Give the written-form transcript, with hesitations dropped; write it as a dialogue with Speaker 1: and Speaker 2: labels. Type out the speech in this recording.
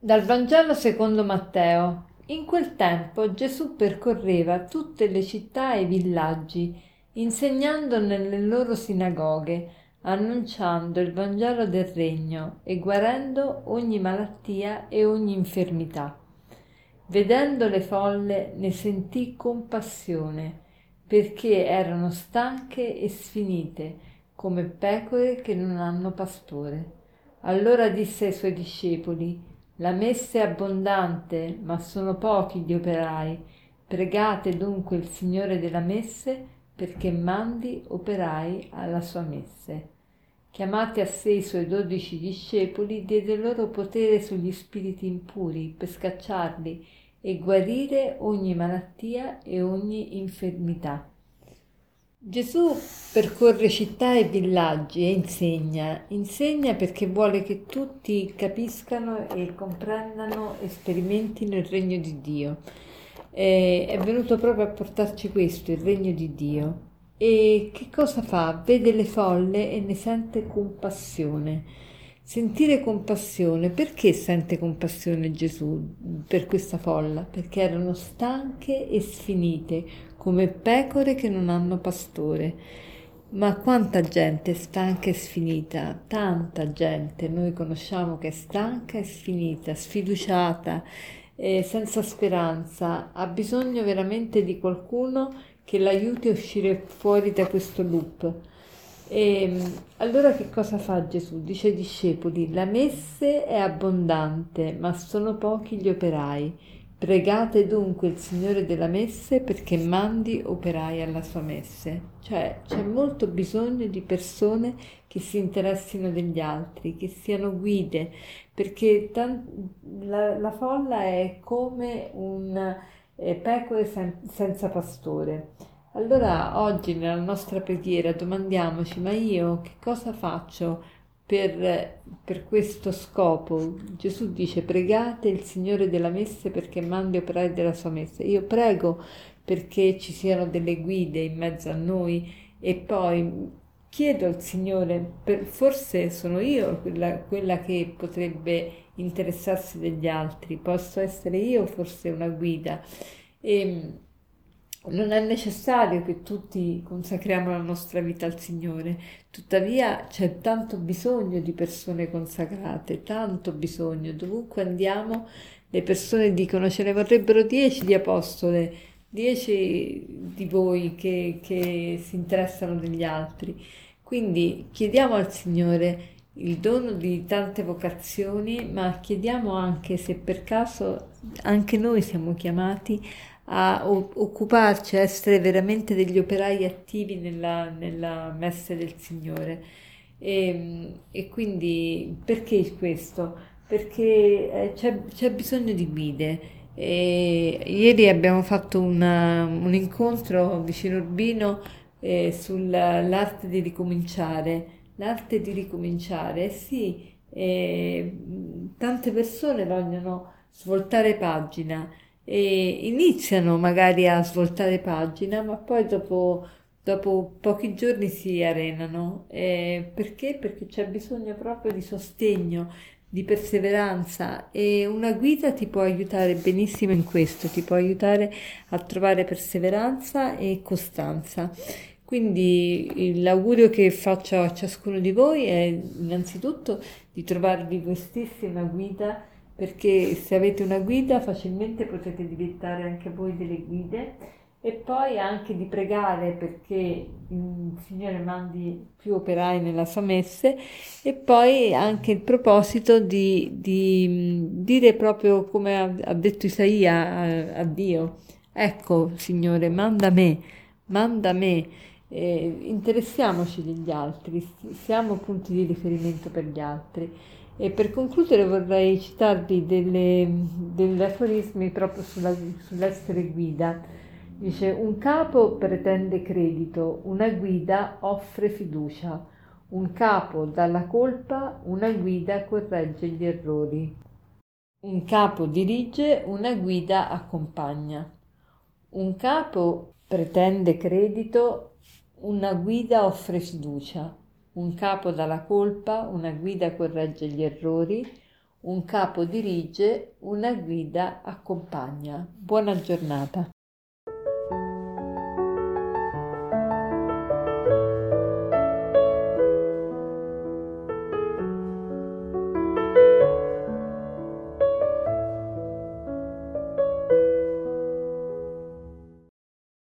Speaker 1: Dal Vangelo secondo Matteo. In quel tempo Gesù percorreva tutte le città e i villaggi, insegnando nelle loro sinagoghe, annunciando il Vangelo del Regno e guarendo ogni malattia e ogni infermità. Vedendo le folle ne sentì compassione, perché erano stanche e sfinite, come pecore che non hanno pastore. Allora disse ai suoi discepoli: la messe è abbondante, ma sono pochi gli operai. Pregate dunque il Signore della messe perché mandi operai alla sua messe. Chiamati a sé i suoi 12 discepoli, diede loro potere sugli spiriti impuri per scacciarli e guarire ogni malattia e ogni infermità. Gesù percorre città e villaggi e insegna perché vuole che tutti capiscano e comprendano e sperimentino il regno di Dio. È venuto proprio a portarci questo, il regno di Dio. E che cosa fa? Vede le folle e ne sente compassione. Sentire compassione, perché sente compassione Gesù per questa folla? Perché erano stanche e sfinite, come pecore che non hanno pastore. Ma quanta gente è stanca e sfinita? Tanta gente noi conosciamo che è stanca e sfinita, sfiduciata, senza speranza, ha bisogno veramente di qualcuno che l'aiuti a uscire fuori da questo loop. E allora che cosa fa Gesù? Dice ai discepoli: la messe è abbondante, ma sono pochi gli operai. Pregate dunque il Signore della messe perché mandi operai alla sua messe. Cioè c'è molto bisogno di persone che si interessino degli altri, che siano guide, perché la folla è come un pecore senza pastore. Allora oggi nella nostra preghiera domandiamoci: ma io che cosa faccio per questo scopo? Gesù dice: pregate il Signore della messe perché mandi operai della sua messa. Io prego perché ci siano delle guide in mezzo a noi e poi chiedo al Signore, forse sono io quella che potrebbe interessarsi degli altri, posso essere io forse una guida. E non è necessario che tutti consacriamo la nostra vita al Signore, tuttavia c'è tanto bisogno di persone consacrate, tanto bisogno. Dovunque andiamo, le persone dicono: ce ne vorrebbero 10 di apostole, 10 di voi che si interessano degli altri. Quindi chiediamo al Signore il dono di tante vocazioni, ma chiediamo anche se per caso anche noi siamo chiamati a occuparci, a essere veramente degli operai attivi nella messe del Signore. E quindi perché questo? Perché c'è bisogno di guide. E ieri abbiamo fatto un incontro vicino Urbino sull'arte di ricominciare. L'arte di ricominciare, sì, tante persone vogliono svoltare pagina e iniziano magari a svoltare pagina, ma poi dopo pochi giorni si arenano. Perché? Perché c'è bisogno proprio di sostegno, di perseveranza, e una guida ti può aiutare benissimo in questo, ti può aiutare a trovare perseveranza e costanza. Quindi l'augurio che faccio a ciascuno di voi è innanzitutto di trovarvi voi stessi una guida, perché se avete una guida facilmente potete diventare anche voi delle guide, e poi anche di pregare perché il Signore mandi più operai nella sua messe, e poi anche il proposito di dire proprio come ha detto Isaia a Dio: ecco Signore, manda me. Interessiamoci degli altri, siamo punti di riferimento per gli altri. E per concludere vorrei citarvi degli aforismi proprio sull'essere guida. Dice: un capo pretende credito, una guida offre fiducia, un capo dà la colpa, una guida corregge gli errori. Un capo dirige, una guida accompagna. Un capo pretende credito, una guida offre fiducia. Un capo dà la colpa, una guida corregge gli errori. un capo dirige, una guida accompagna. Buona giornata.